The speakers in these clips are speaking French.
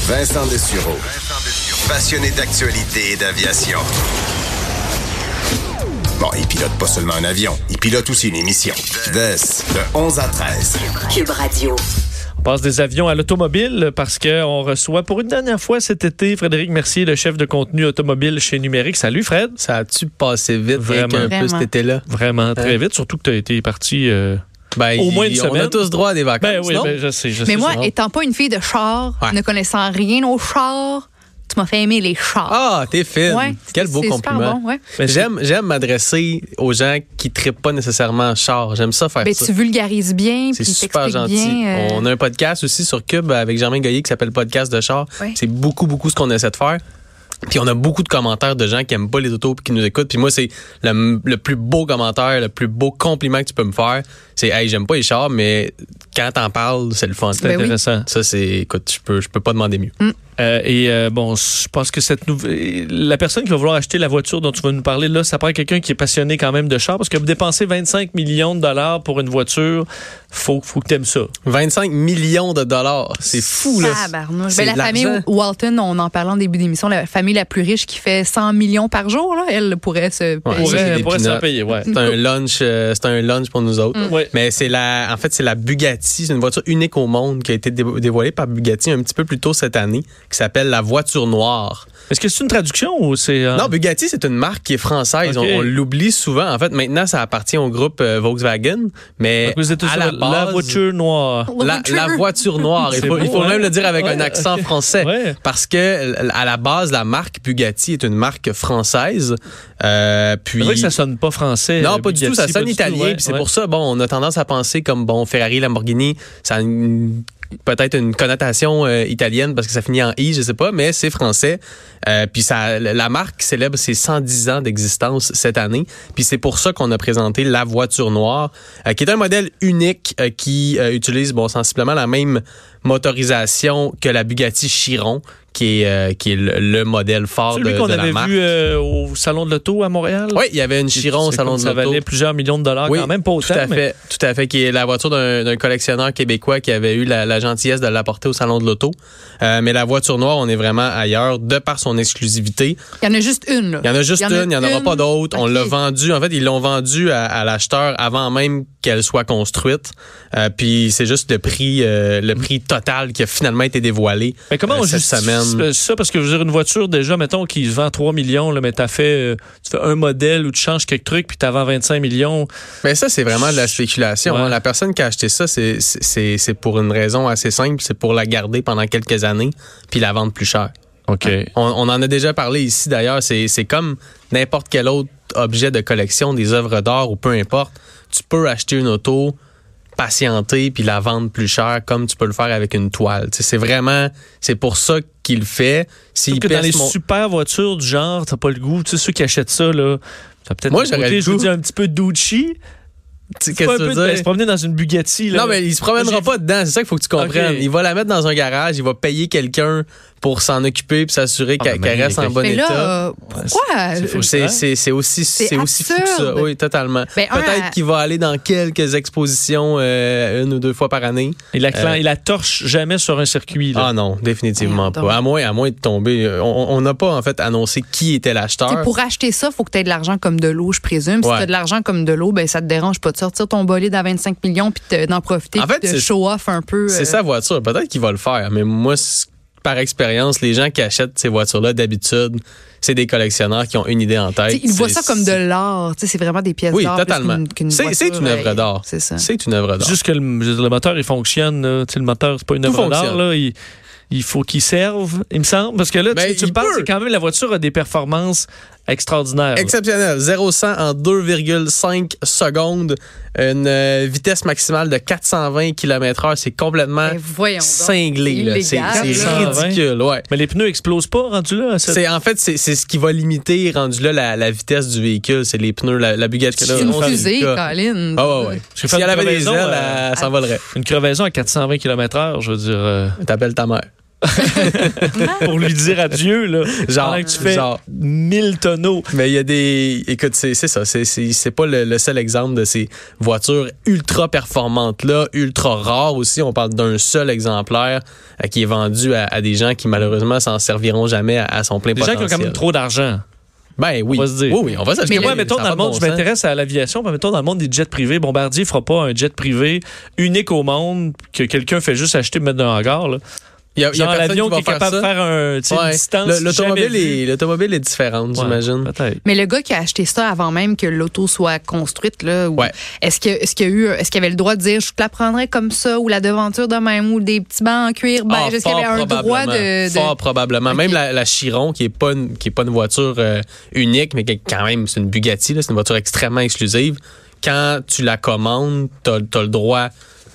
Vincent Dessureau. Passionné d'actualité et d'aviation. Bon, il pilote pas seulement un avion, il pilote aussi une émission. De 11 à 13. Cube Radio. On passe des avions à l'automobile parce qu'on reçoit pour une dernière fois cet été Frédéric Mercier, le chef de contenu automobile chez Numérique. Salut Fred. Ça a-tu passé vite Vraiment. un peu cet été-là? Vraiment très vite, surtout que tu as été parti au moins une semaine. On a tous droit à des vacances, Ben oui, non? je sais. Mais moi, étant pas une fille de char, ne connaissant rien aux chars, tu m'as fait aimer les chars. Ah, t'es fine. Ouais, Quel beau c'est compliment. super bon, ouais. J'aime m'adresser aux gens qui trippent pas nécessairement char. J'aime ça faire ça. Tu vulgarises bien, C'est puis super t'expliques gentil. bien. On a un podcast aussi sur Cube avec Germain Goyer qui s'appelle Podcast de char. Ouais. C'est beaucoup ce qu'on essaie de faire. Puis on a beaucoup de commentaires de gens qui aiment pas les autos puis qui nous écoutent. Puis moi, c'est le plus beau commentaire, le plus beau compliment que tu peux me faire. C'est « Hey, j'aime pas les chars, mais quand t'en parles, c'est le fun. » C'est intéressant. Ça, c'est... Écoute, je peux pas demander mieux. Je pense que la personne qui va vouloir acheter la voiture dont tu vas nous parler, là, ça prend quelqu'un qui est passionné quand même de char, parce que dépenser 25 millions de dollars pour une voiture, faut que t'aimes ça. 25 millions de dollars. C'est fou, là. La famille Walton, on en parlait en début d'émission, la famille la plus riche qui fait 100 millions par jour, là, elle pourrait se payer. Elle pourrait s'en payer, ouais. C'est un lunch pour nous autres. Ouais. Mais c'est la Bugatti. C'est une voiture unique au monde qui a été dévoilée par Bugatti un petit peu plus tôt cette année, qui s'appelle la voiture noire. Est-ce que c'est une traduction ou c'est... Non, Bugatti, c'est une marque qui est française. Okay. On l'oublie souvent. En fait, maintenant, ça appartient au groupe Volkswagen. Mais à la base, la voiture noire. La voiture noire. Il faut même le dire avec un accent français. Ouais. Parce que, à la base, la marque Bugatti est une marque française. C'est vrai que ça sonne pas français. Non, pas Bugatti, du tout. Ça sonne italien. Ouais, Puis c'est pour ça, on a tendance à penser comme, Ferrari, Lamborghini, ça a peut-être une connotation italienne parce que ça finit en « i », je sais pas, mais c'est français. Puis la marque célèbre ses 110 ans d'existence cette année. Puis c'est pour ça qu'on a présenté la voiture noire, qui est un modèle unique qui utilise sensiblement la même motorisation que la Bugatti Chiron, qui est le modèle fort de la marque. Celui qu'on avait vu au Salon de l'Auto à Montréal? Oui, il y avait une Chiron au Salon de l'Auto. Ça valait plusieurs millions de dollars, quand même, pas autant. Tout à fait, qui est la voiture d'un collectionneur québécois qui avait eu la gentillesse de l'apporter au Salon de l'Auto. Mais la voiture noire, on est vraiment ailleurs, de par son exclusivité. Il y en a juste une, là. Il y en a juste une, il n'y en aura pas d'autres. Okay. On l'a vendu, en fait, ils l'ont vendu à l'acheteur avant même qu'elle soit construite. Puis c'est juste le prix total qui a finalement été dévoilé. Mais comment on justifie ça? Parce que je veux dire, une voiture, déjà, mettons, qui se vend 3 millions, là, mais tu fais un modèle où tu changes quelques trucs puis tu vends 25 millions. Mais ça, c'est vraiment de la spéculation. Ouais. Hein. La personne qui a acheté ça, c'est pour une raison assez simple. C'est pour la garder pendant quelques années puis la vendre plus cher. OK. On en a déjà parlé ici, d'ailleurs. C'est comme n'importe quel autre objet de collection, des œuvres d'art ou peu importe. Tu peux acheter une auto, patienter puis la vendre plus cher comme tu peux le faire avec une toile. T'sais, c'est pour ça qu'il le fait. Dans les super voitures du genre, t'as pas le goût. Tu sais, ceux qui achètent ça, là, t'as peut-être moi, j'aurais le goût. un petit peu Ducci. Qu'est-ce que tu veux dire? Se promener dans une Bugatti. Là. Non, mais il se promènera pas dedans. C'est ça qu'il faut que tu comprennes. Okay. Il va la mettre dans un garage, il va payer quelqu'un pour s'en occuper puis s'assurer qu'elle reste en bon état. Pourquoi? C'est aussi fou que ça. Oui, totalement. Peut-être qu'il va aller dans quelques expositions 1 ou 2 fois par année. Il la torche jamais sur un circuit. Là. Ah non, définitivement pas. À moins de tomber. On n'a pas, en fait, annoncé qui était l'acheteur. Pour acheter ça, il faut que tu aies de l'argent comme de l'eau, je présume. Si tu as de l'argent comme de l'eau, ça te dérange pas de sortir ton bolide à 25 millions puis d'en profiter et de show-off un peu. C'est sa voiture. Peut-être qu'il va le faire, mais moi, par expérience, les gens qui achètent ces voitures-là, d'habitude, c'est des collectionneurs qui ont une idée en tête. Ils voient ça comme de l'art. C'est vraiment des pièces d'art. Oui, totalement. C'est une œuvre d'art. C'est ça. C'est une œuvre d'art. Juste que le moteur, il fonctionne. Le moteur, c'est pas une œuvre d'art. Là, il faut qu'il serve, il me semble. Parce que là, tu me parles, c'est quand même la voiture a des performances extraordinaires. Exceptionnel. 0-100 en 2,5 secondes. Une vitesse maximale de 420 km/h. C'est complètement cinglé. Là. C'est ridicule. Ouais. Mais les pneus explosent pas rendus là? En fait, c'est ce qui va limiter rendu là la vitesse du véhicule. C'est les pneus. La Bugatti. C'est une fusée, Colin. Ouais. Si elle avait des ailes, elle s'envolerait. Une crevaison à 420 km/h, je veux dire... T'appelles ta mère. pour lui dire adieu, là. Genre, que tu fais 1000 tonneaux. Mais il y a des... Écoute, c'est ça. C'est pas le seul exemple de ces voitures ultra performantes-là, ultra rares aussi. On parle d'un seul exemplaire qui est vendu à des gens qui, malheureusement, s'en serviront jamais à son plein potentiel. Des gens qui ont quand même trop d'argent. Ben oui. On va se dire. Oui, on va se dire. Mais moi, mettons dans le monde, je m'intéresse à l'aviation, mais mettons dans le monde des jets privés, Bombardier fera pas un jet privé unique au monde que quelqu'un fait juste acheter et mettre dans un hangar, là. Il y a l'avion qui est capable de faire une distance. L'automobile est différente, j'imagine. Peut-être. Mais le gars qui a acheté ça avant même que l'auto soit construite, là, est-ce qu'il avait le droit de dire je te la prendrais comme ça, ou la devanture de même, ou des petits bancs en cuir beige? Est-ce qu'il y avait un droit de. Fort probablement. Okay. Même la Chiron, qui est pas une voiture unique, mais qui quand même, c'est une Bugatti, là, c'est une voiture extrêmement exclusive. Quand tu la commandes, t'as le droit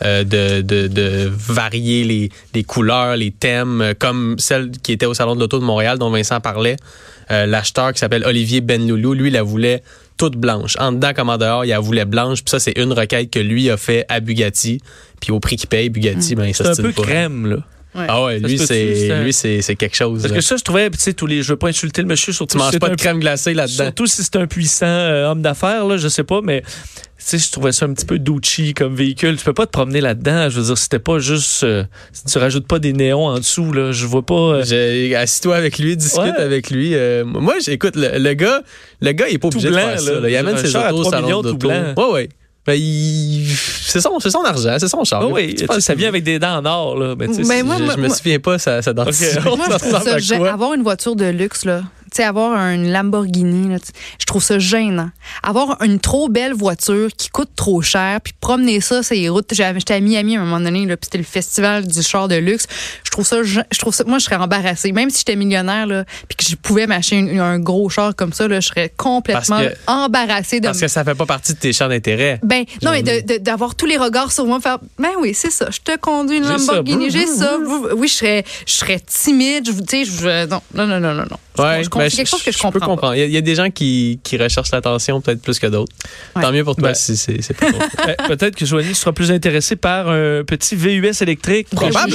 de varier les couleurs, les thèmes, comme celle qui était au Salon de l'Auto de Montréal, dont Vincent parlait. L'acheteur qui s'appelle Olivier Benloulou, lui, il la voulait toute blanche. En dedans comme en dehors, il la voulait blanche. Puis ça, c'est une requête que lui a fait à Bugatti. Puis au prix qu'il paye, Bugatti, ben ça c'est un peu pas. Crème, là. Ouais. Ah ouais, lui, c'est quelque chose. Parce que ça, je trouvais, tu sais, je veux pas insulter le monsieur, surtout tu manges pas de crème glacée là-dedans. Surtout si c'est un puissant homme d'affaires, là, je sais pas, mais tu sais, je trouvais ça un petit peu douchi comme véhicule. Tu peux pas te promener là-dedans. Je veux dire, c'était pas juste, si tu rajoutes pas des néons en dessous, là, je vois pas. Assis-toi avec lui, discute avec lui. Moi, écoute, le gars, il est pas obligé de faire ça. Il amène ses autos au salon d'auto. Ouais. Ben, c'est son argent, c'est son char. Oh oui, ça vient avec des dents en or, là. Mais moi, je me souviens pas ça dentition. Okay. Moi, je trouve ça avoir une voiture de luxe, là. Tu sais, avoir une Lamborghini, là, je trouve ça gênant. Avoir une trop belle voiture qui coûte trop cher, puis promener ça sur les routes. J'étais à Miami à un moment donné, là, puis c'était le festival du char de luxe. Je trouve ça, moi, je serais embarrassée. Même si j'étais millionnaire, là, puis que je pouvais m'acheter un gros char comme ça, là, je serais complètement embarrassée. Parce que ça fait pas partie de tes champs d'intérêt. Ben, non, mais d'avoir tous les regards sur moi, faire, ben oui, c'est ça, je te conduis une Lamborghini, j'ai ça. Oui, je serais timide, tu sais, non. Ouais, c'est quelque chose que je comprends. Peux comprendre. Il y a des gens qui recherchent l'attention peut-être plus que d'autres. Ouais. Tant mieux pour toi si c'est pas trop. Peut-être que Joanie sera plus intéressée par un petit VUS électrique.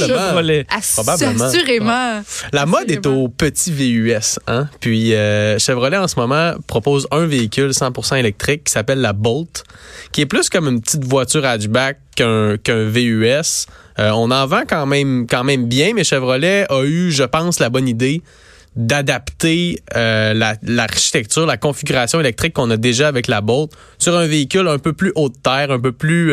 Probablement. Assurément. La mode est au petit VUS. Hein? Puis Chevrolet, en ce moment, propose un véhicule 100% électrique qui s'appelle la Bolt, qui est plus comme une petite voiture hatchback qu'un VUS. On en vend quand même bien, mais Chevrolet a eu, je pense, la bonne idée d'adapter l'architecture, la configuration électrique qu'on a déjà avec la Bolt sur un véhicule un peu plus haut de terre, un peu plus,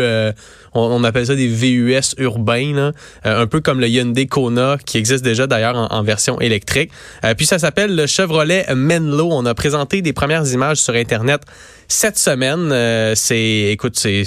on appelle ça des VUS urbains, là, un peu comme le Hyundai Kona qui existe déjà d'ailleurs en version électrique. Puis ça s'appelle le Chevrolet Menlo. On a présenté des premières images sur Internet cette semaine. C'est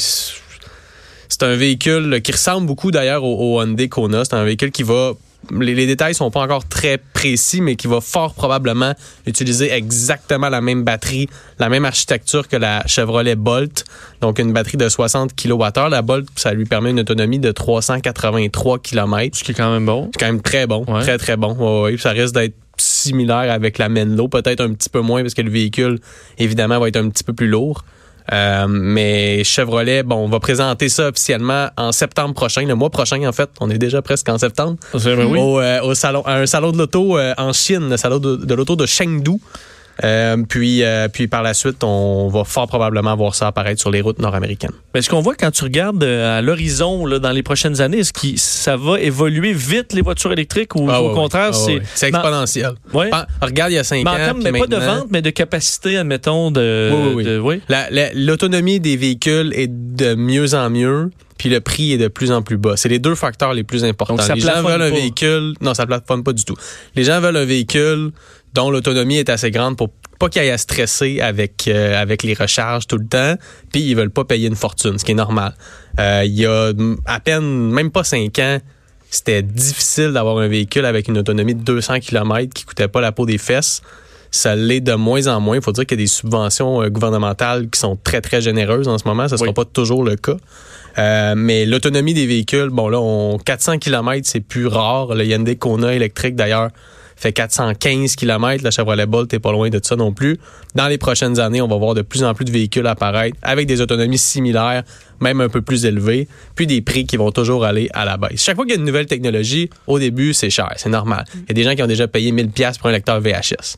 un véhicule qui ressemble beaucoup d'ailleurs au Hyundai Kona. C'est un véhicule qui va... Les détails sont pas encore très précis, mais qui va fort probablement utiliser exactement la même batterie, la même architecture que la Chevrolet Bolt. Donc, une batterie de 60 kWh. La Bolt, ça lui permet une autonomie de 383 km. Ce qui est quand même bon. C'est quand même très bon. Ouais. Très, très bon. Ouais. Ça risque d'être similaire avec la Menlo. Peut-être un petit peu moins parce que le véhicule, évidemment, va être un petit peu plus lourd. Mais Chevrolet, on va présenter ça officiellement en septembre prochain, le mois prochain en fait. On est déjà presque en septembre. Oui. Au salon, à un salon de l'auto en Chine, le salon de l'auto de Chengdu. Puis par la suite, on va fort probablement voir ça apparaître sur les routes nord-américaines. Mais est-ce qu'on voit quand tu regardes à l'horizon là, dans les prochaines années, est-ce que ça va évoluer vite les voitures électriques ou au contraire c'est exponentiel. Ouais. Regarde il y a 5 ans. En termes pas de vente, mais de capacité, admettons, Oui. L'autonomie des véhicules est de mieux en mieux. Puis le prix est de plus en plus bas. C'est les deux facteurs les plus importants. Donc, les gens veulent un véhicule... Non, ça plafonne pas du tout. Les gens veulent un véhicule dont l'autonomie est assez grande pour pas qu'il y ait à stresser avec les recharges tout le temps. Puis ils veulent pas payer une fortune, ce qui est normal. Il y a à peine, même pas 5 ans, c'était difficile d'avoir un véhicule avec une autonomie de 200 km qui coûtait pas la peau des fesses. Ça l'est de moins en moins. Il faut dire qu'il y a des subventions gouvernementales qui sont très, très généreuses en ce moment. Ça ne sera pas toujours le cas. Mais l'autonomie des véhicules, 400 km, c'est plus rare. Le Hyundai Kona électrique, d'ailleurs, fait 415 km. La Chevrolet Bolt n'est pas loin de ça non plus. Dans les prochaines années, on va voir de plus en plus de véhicules apparaître avec des autonomies similaires, même un peu plus élevées, puis des prix qui vont toujours aller à la baisse. Chaque fois qu'il y a une nouvelle technologie, au début, c'est cher, c'est normal. Il y a des gens qui ont déjà payé 1000$ pour un lecteur VHS.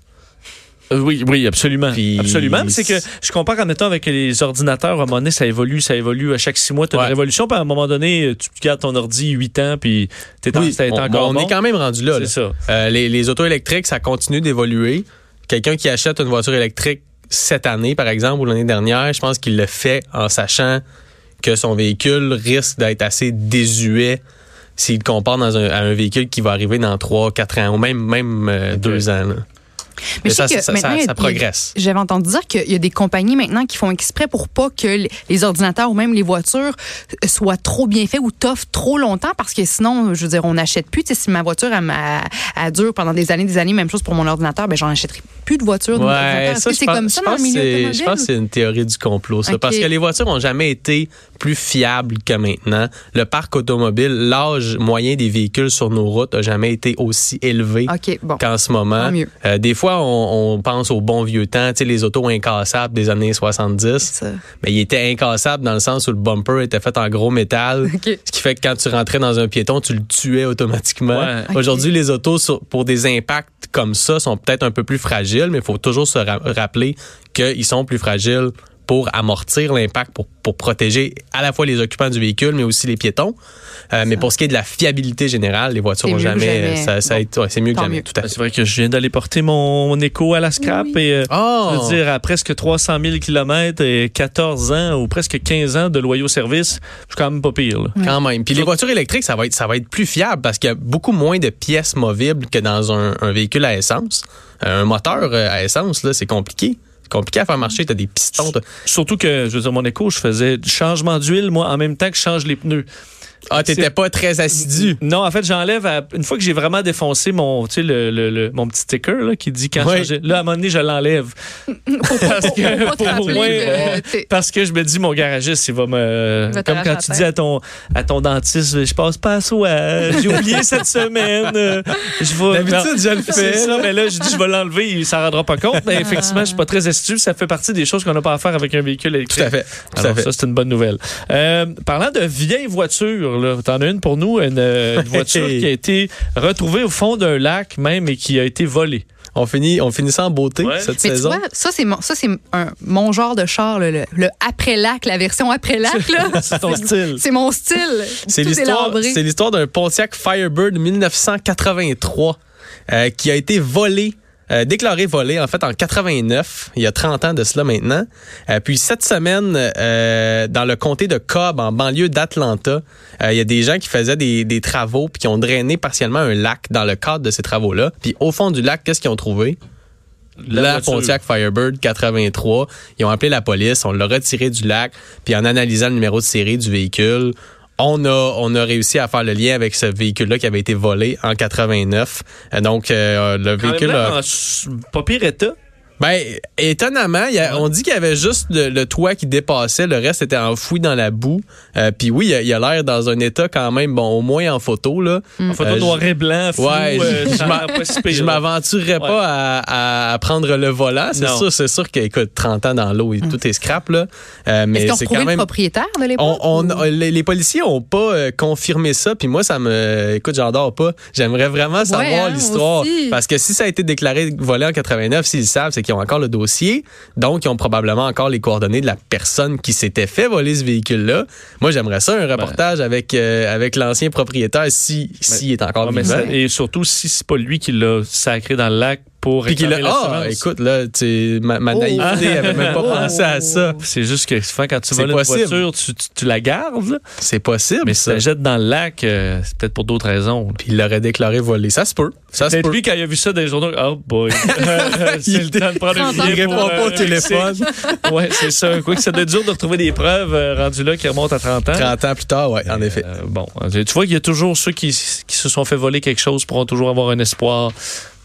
Oui, absolument. Puis, absolument. Mais c'est que je compare en étant avec les ordinateurs, à un moment donné, ça évolue à chaque 6 mois, tu as une révolution, puis à un moment donné, tu gardes ton ordi 8 ans, puis t'es encore on est quand même rendu là. C'est là. ça. Les autos électriques, ça continue d'évoluer. Quelqu'un qui achète une voiture électrique cette année, par exemple, ou l'année dernière, je pense qu'il le fait en sachant que son véhicule risque d'être assez désuet s'il compare à un véhicule qui va arriver dans 3-4 ans, ou même 2 ans. Là. Mais ça progresse. J'avais entendu dire qu'il y a des compagnies maintenant qui font exprès pour pas que les ordinateurs ou même les voitures soient trop bien faits ou t'offrent trop longtemps, parce que sinon, je veux dire, on n'achète plus. Si ma voiture elle dure pendant des années, même chose pour mon ordinateur, ben j'en achèterai plus de voitures. Ouais, ça, c'est comme ça dans le milieu automobile? Je pense que c'est une théorie du complot, ça. Okay. Parce que les voitures n'ont jamais été plus fiables que maintenant. Le parc automobile, l'âge moyen des véhicules sur nos routes n'a jamais été aussi élevé qu'en ce moment. Des fois, on pense au bon vieux temps, tu sais, les autos incassables des années 70. Mais ils étaient incassables dans le sens où le bumper était fait en gros métal. Ce qui fait que quand tu rentrais dans un piéton, tu le tuais automatiquement. Aujourd'hui, les autos, pour des impacts comme ça, sont peut-être un peu plus fragiles, mais il faut toujours se rappeler qu'ils sont plus fragiles pour amortir l'impact, pour protéger à la fois les occupants du véhicule, mais aussi les piétons. Mais pour ce qui est de la fiabilité générale, les voitures n'ont jamais. C'est mieux que jamais. Tout à fait. C'est vrai que je viens d'aller porter mon Echo à la scrap et je veux dire, à presque 300 000 km et 14 ans ou presque 15 ans de loyaux services, je suis quand même pas pire. Là. Quand même. Puis les voitures électriques, ça va être plus fiable parce qu'il y a beaucoup moins de pièces movibles que dans un véhicule à essence. Un moteur à essence, là, c'est compliqué à faire marcher, t'as des pistons. Surtout que, je veux dire, mon Echo, je faisais du changement d'huile, moi, en même temps que je change les pneus. Ah, t'étais pas très assidu. Non, en fait, j'enlève une fois que j'ai vraiment défoncé mon petit sticker là, qui dit quand changer. Là, à un moment donné, je l'enlève. Parce que je me dis, mon garagiste, il va me. Comme quand tu dis à ton dentiste, je passe pas à soi. J'ai oublié cette semaine. D'habitude, je le fais. C'est ça, mais là, je dis, je vais l'enlever, il s'en rendra pas compte. Mais effectivement, je suis pas très assidu. Ça fait partie des choses qu'on n'a pas à faire avec un véhicule électrique. Tout à fait. Alors, ça, c'est une bonne nouvelle. Parlant de vieilles voitures, t'en as une pour nous, une voiture qui a été retrouvée au fond d'un lac même et qui a été volée. On finit ça en beauté cette saison. Tu vois, ça c'est mon genre de char, le après-lac, la version après-lac. Là. C'est ton style. C'est mon style. C'est l'histoire d'un Pontiac Firebird 1983 qui a été volé. Déclaré volé, en fait, en 89, il y a 30 ans de cela maintenant. Puis cette semaine, dans le comté de Cobb, en banlieue d'Atlanta, il y a des gens qui faisaient des travaux puis qui ont drainé partiellement un lac dans le cadre de ces travaux-là. Puis au fond du lac, qu'est-ce qu'ils ont trouvé? La Pontiac Firebird 83. Ils ont appelé la police, on l'a retiré du lac, puis en analysant le numéro de série du véhicule, on a réussi à faire le lien avec ce véhicule-là qui avait été volé en 89. Donc, le véhicule... Pas pire état. Ben, étonnamment, on dit qu'il y avait juste le toit qui dépassait, le reste était enfoui dans la boue. Puis oui, il a l'air dans un état quand même, bon, au moins en photo, là. En photo noir et blanc, flou, je m'aventurerais pas à prendre le volant. C'est sûr que, écoute, 30 ans dans l'eau et tout est scrap, là. Mais est-ce qu'on retrouvait le propriétaire de l'époque? Les policiers ont pas confirmé ça, puis moi, écoute, j'en dors pas. J'aimerais vraiment savoir l'histoire. Parce que si ça a été déclaré volé en 89, s'ils le savent, c'est qu'ils ont encore le dossier, donc ils ont probablement encore les coordonnées de la personne qui s'était fait voler ce véhicule-là. Moi, j'aimerais ça, un reportage avec l'ancien propriétaire, s'il est encore vivant. Et surtout, si c'est pas lui qui l'a sacré dans le lac pour réclamer l'assurance. Écoute, là, ma naïveté avait même pas pensé à ça. C'est juste que quand tu voles une voiture, tu la gardes. Là. C'est possible. Mais si tu la jettes dans le lac, c'est peut-être pour d'autres raisons. Puis il l'aurait déclaré volé. Ça se peut. Peut-être lui, quand il a vu ça dans les journaux, oh boy. C'est le temps de prendre une il répond pas au téléphone. Oui, c'est ça. Quoi que ça doit être dur de retrouver des preuves rendues là qui remontent à 30 ans. 30 ans plus tard, oui, en effet. Bon, tu vois qu'il y a toujours ceux qui se sont fait voler quelque chose pourront toujours avoir un espoir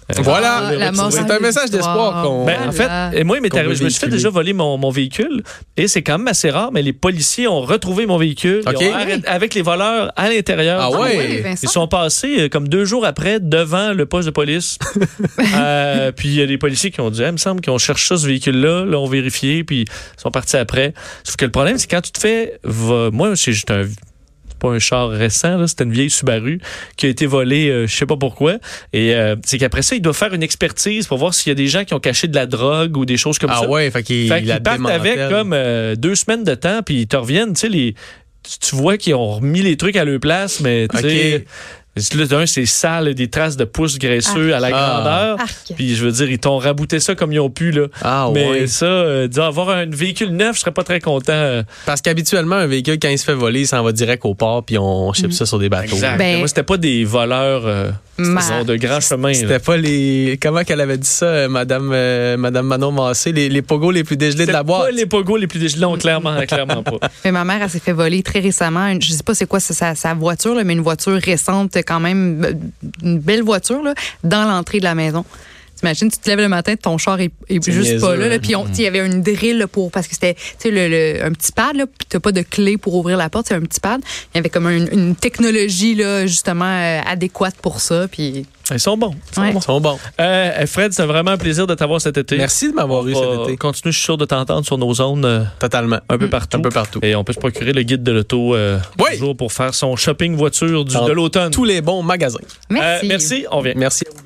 Voilà, c'est un message d'espoir qu'on... En fait, moi, je me suis fait déjà voler mon véhicule et c'est quand même assez rare, mais les policiers ont retrouvé mon véhicule avec les voleurs à l'intérieur. Ah ouais? Ils sont passés comme 2 jours après devant le poste de police. Puis il y a des policiers qui ont dit, il me semble qu'on cherche ça, ce véhicule-là, là, on vérifié, puis ils sont partis après. Sauf que le problème, c'est quand tu te fais... Moi, c'est juste pas un char récent, là, c'était une vieille Subaru qui a été volée, je sais pas pourquoi. Et c'est qu'après ça, il doit faire une expertise pour voir s'il y a des gens qui ont caché de la drogue ou des choses comme ça. Ah ouais, fait qu'ils partent avec comme 2 semaines de temps, puis ils te reviennent, tu sais, tu vois qu'ils ont remis les trucs à leur place, mais tu sais... Là, c'est sale, des traces de pouces graisseux à la grandeur. Puis je veux dire, ils t'ont rabouté ça comme ils ont pu. Là. Mais ça, avoir un véhicule neuf, je serais pas très content. Parce qu'habituellement, un véhicule, quand il se fait voler, il s'en va direct au port puis on ship ça sur des bateaux. Exact. Moi, c'était pas des voleurs de grands chemins. C'était pas les... Comment qu'elle avait dit ça, Madame Manon Massé, les pogos les plus dégelés de la boîte? Pas les pogos les plus dégelés, non, clairement pas. Mais ma mère, elle s'est fait voler très récemment. Je sais pas c'est quoi sa voiture, là, mais une voiture récente, quand même, une belle voiture, là, dans l'entrée de la maison. T'imagines, tu te lèves le matin, ton char est juste pas là. Puis il y avait une drill là, parce que c'était un petit pad, là, puis t'as pas de clé pour ouvrir la porte, c'est un petit pad. Il y avait comme une technologie là, justement adéquate pour ça. Puis... Ils sont bons. Ils sont bons. Fred, c'est vraiment un plaisir de t'avoir cet été. Merci de m'avoir eu cet été. Continue, je suis sûr de t'entendre sur nos zones. Totalement. Un peu partout. Et on peut se procurer le guide de l'auto toujours pour faire son shopping voiture de l'automne. Tous les bons magasins. Merci. Merci, on vient. Merci à vous.